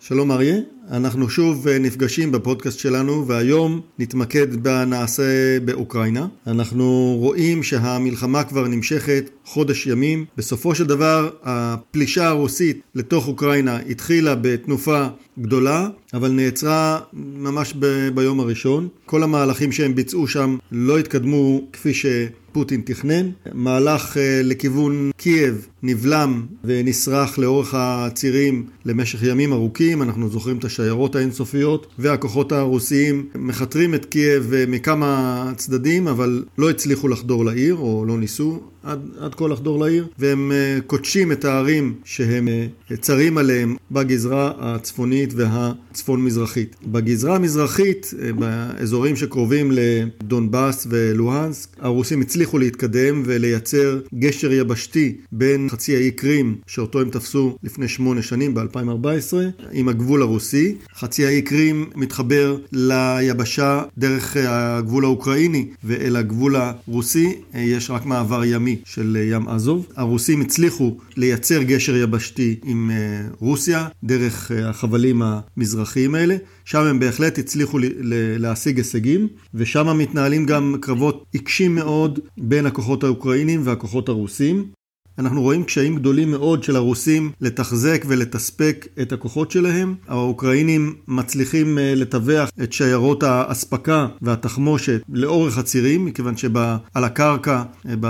שלום אריה, אנחנו שוב נפגשים בפודקאסט שלנו והיום נתמקד בנעשה באוקראינה. אנחנו רואים שהמלחמה כבר נמשכת חודש ימים. בסופו של דבר הפלישה הרוסית לתוך אוקראינה התחילה בתנופה גדולה, אבל נעצרה ממש ביום הראשון. כל המהלכים שהם ביצעו שם לא התקדמו כפי שפוטין תכנן. מהלך לכיוון קייב נבלם ונסרח לאורך הצירים למשך ימים ארוכים. אנחנו זוכרים את השיירות האינסופיות, והכוחות הרוסיים מחתרים את קייב מכמה צדדים, אבל לא הצליחו לחדור לעיר, או לא ניסו עד כה לחדור לעיר, והם קודשים את הערים שהם צרים עליהם בגזרה הצפונית והצפון מזרחית. בגזרה המזרחית, באזורים שקרובים לדונבאס ולוהנסק, הרוסים הצליחו להתקדם ולייצר גשר יבשתי בין חצי האי קרים, שאותו הם תפסו לפני 8 שנים, ב-2014, עם הגבול הרוסי. חצי האי קרים מתחבר ליבשה דרך הגבול האוקראיני, ואל הגבול הרוסי יש רק מעבר ימי של ים אזוב. הרוסים הצליחו לייצר גשר יבשתי עם רוסיה דרך החבלים המזרחיים האלה. שם הם בהחלט הצליחו להשיג הישגים, ושם מתנהלים גם קרבות עיקשים מאוד בין הכוחות האוקראינים והכוחות הרוסים. אנחנו רואים קשיים גדולים מאוד של הרוסים לתחזק ולתספק את הכוחות שלהם. האוקראינים מצליחים לטווח את שיירות האספקה והתחמושת לאורך הצירים, מכיוון שעל הקרקע,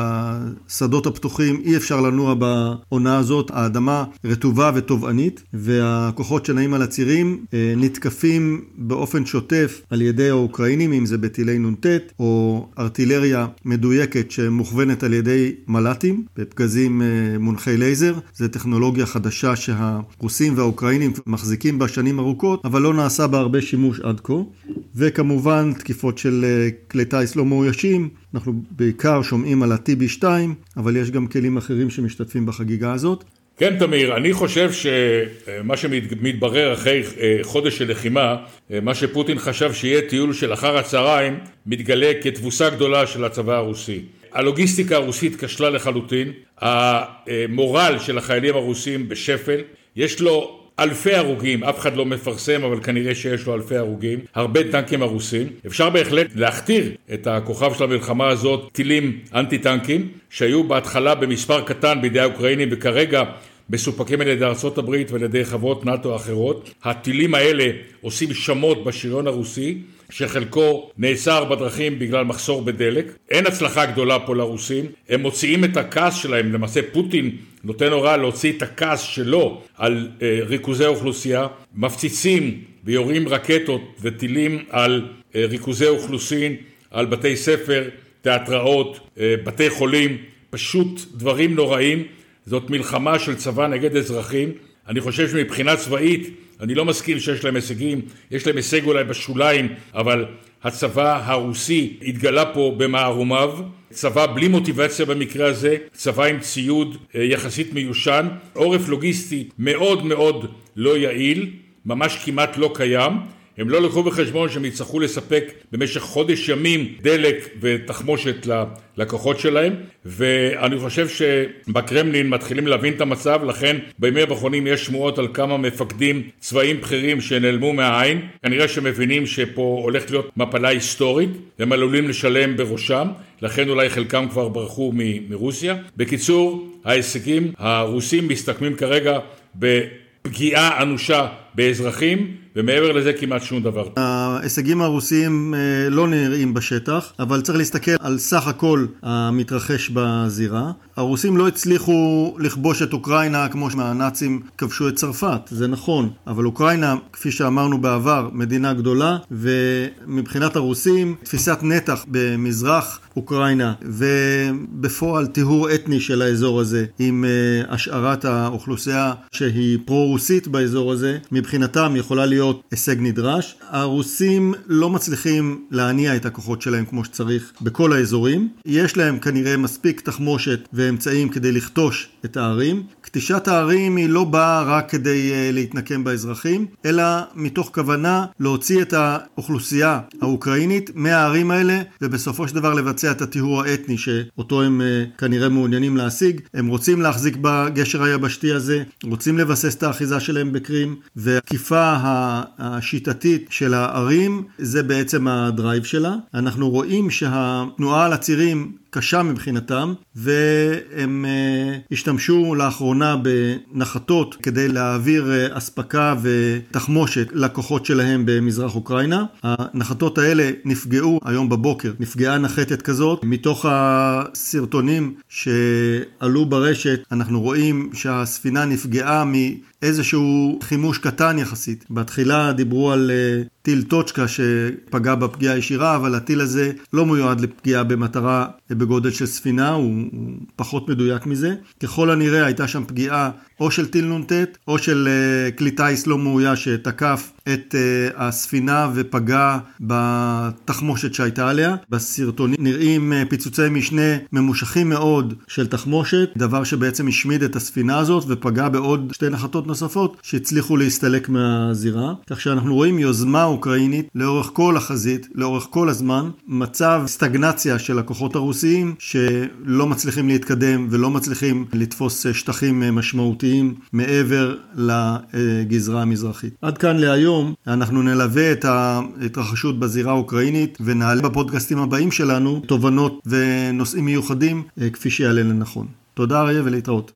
בשדות הפתוחים, אי אפשר לנוע בעונה הזאת. האדמה רטובה וטובענית, והכוחות שנעים על הצירים נתקפים באופן שוטף על ידי האוקראינים, אם זה בטילי נונטט או ארטילריה מדויקת שמוכוונת על ידי מל"טים בפגזים מונחי לייזר. זו טכנולוגיה חדשה שהרוסים והאוקראינים מחזיקים בה שנים ארוכות, אבל לא נעשה בה הרבה שימוש עד כה. וכמובן תקיפות של כלי טייס לא מאוישים. אנחנו בעיקר שומעים על ה-TB2, אבל יש גם כלים אחרים שמשתתפים בחגיגה הזאת. כן תמיר, אני חושב שמה שמתברר אחרי חודש של לחימה, מה שפוטין חשב שיהיה טיול של אחר הצהריים, מתגלה כתבוסה גדולה של הצבא הרוסי. הלוגיסטיקה הרוסית כשלה לחלוטין, המורל של החיילים הרוסים בשפל, יש לו אלפי הרוגים, אף אחד לא מפרסם, אבל כנראה שיש לו אלפי הרוגים, הרבה טנקים הרוסים. אפשר בהחלט להכתיר את הכוכב של המלחמה הזאת, טילים אנטי-טנקים, שהיו בהתחלה במספר קטן בידי האוקראינים, וכרגע מסופקים על ידי ארצות הברית ועל ידי חברות נאטו האחרות. הטילים האלה עושים שמות בשריון הרוסי, שחלקו נאסר בדרכים בגלל מחסור בדלק. אין הצלחה גדולה פה לרוסים, הם מוציאים את הכעס שלהם, למעשה פוטין נותן הוראה להוציא את הכעס שלו על ריכוזי אוכלוסייה, מפציצים ויורים רקטות וטילים על ריכוזי אוכלוסין, על בתי ספר, תיאטראות, בתי חולים, פשוט דברים נוראים. זאת מלחמה של צבא נגד אזרחים. אני חושב שמבחינה צבאית, אני לא מסכים שיש להם הישגים, יש להם הישג אולי בשוליים, אבל הצבא הרוסי התגלה פה במערומיו, צבא בלי מוטיבציה במקרה הזה, צבא עם ציוד יחסית מיושן, עורף לוגיסטי מאוד מאוד לא יעיל, ממש כמעט לא קיים. הם לא לקחו בחשבון שהם יצטרכו לספק במשך חודש ימים דלק ותחמושת לכוחות שלהם, ואני חושב שבקרמלין מתחילים להבין את המצב, לכן בימי האחרונים יש שמועות על כמה מפקדים צבאיים בכירים שנעלמו מהעין, כנראה שמבינים שפה הולכת להיות מפלה היסטורית, הם עלולים לשלם בראשם, לכן אולי חלקם כבר ברחו מרוסיה. בקיצור, ההישגים הרוסים מסתכמים כרגע בפגיעה אנושה באזרחים, ומעבר לזה כמעט שום דבר. ההישגים הרוסיים לא נראים בשטח, אבל צריך להסתכל על סך הכל המתרחש בזירה. הרוסים לא הצליחו לכבוש את אוקראינה כמו שהנאצים כבשו את צרפת, זה נכון, אבל אוקראינה, כפי שאמרנו בעבר, מדינה גדולה, ומבחינת הרוסים, תפיסת נתח במזרח אוקראינה, ובפועל טיהור אתני של האזור הזה, עם השארת האוכלוסייה שהיא פרו-רוסית באזור הזה, מבחינתם יכולה להיות הישג נדרש. הרוסים לא מצליחים להניע את הכוחות שלהם כמו שצריך בכל האזורים. יש להם כנראה מספיק תחמושת ואמצעים כדי לכתוש את הערים. כתישת הערים היא לא באה רק כדי להתנקם באזרחים, אלא מתוך כוונה להוציא את האוכלוסייה האוקראינית מהערים האלה, ובסופו של דבר לבצע את הטיהור האתני שאותו הם כנראה מעוניינים להשיג. הם רוצים להחזיק בגשר היבשתי הזה, רוצים לבסס את האחיזה שלהם בקרים, והתקיפה השיטתית של הערים זה בעצם הדרייב שלה. אנחנו רואים שהתנועה על הצירים קשה מבחינתם, והם השתמשו לאחרונה בנחתות כדי להעביר אספקה ותחמושת לכוחות שלהם במזרח אוקראינה. הנחתות האלה נפגעו היום בבוקר, נפגעה נחתת כזאת. מתוך הסרטונים שעלו ברשת אנחנו רואים שהספינה נפגעה מאיזשהו חימוש קטן יחסית. בתחילה דיברו על טיל טוצ'קה שפגע בפגיעה ישירה, אבל הטיל הזה לא מיועד לפגיעה במטרה בגודל של ספינה, הוא פחות מדויק מזה. ככל הנראה הייתה שם פגיעה או של טיל נונטט או של כלי טייס לא מאויש שתקף את הספינה ופגע בתחמושת שהייתה עליה. בסרטונים נראים פיצוצי משנה ממושכים מאוד של תחמושת, דבר שבעצם השמיד את הספינה הזאת ופגע בעוד שתי נחתות נוספות שהצליחו להסתלק מהזירה. כך שאנחנו רואים יוזמה אוקראינית לאורך כל החזית, לאורך כל הזמן, מצב סטגנציה של הכוחות הרוסיים שלא מצליחים להתקדם ולא מצליחים לתפוס שטחים משמעותיים מעבר לגזרה המזרחית. עד כאן להיום. אנחנו נלווה את ההתרחשות בזירה האוקראינית ונעלה בפודקאסטים הבאים שלנו תובנות ונושאים מיוחדים כפי שיעלה לנכון. תודה אריה ולהתראות.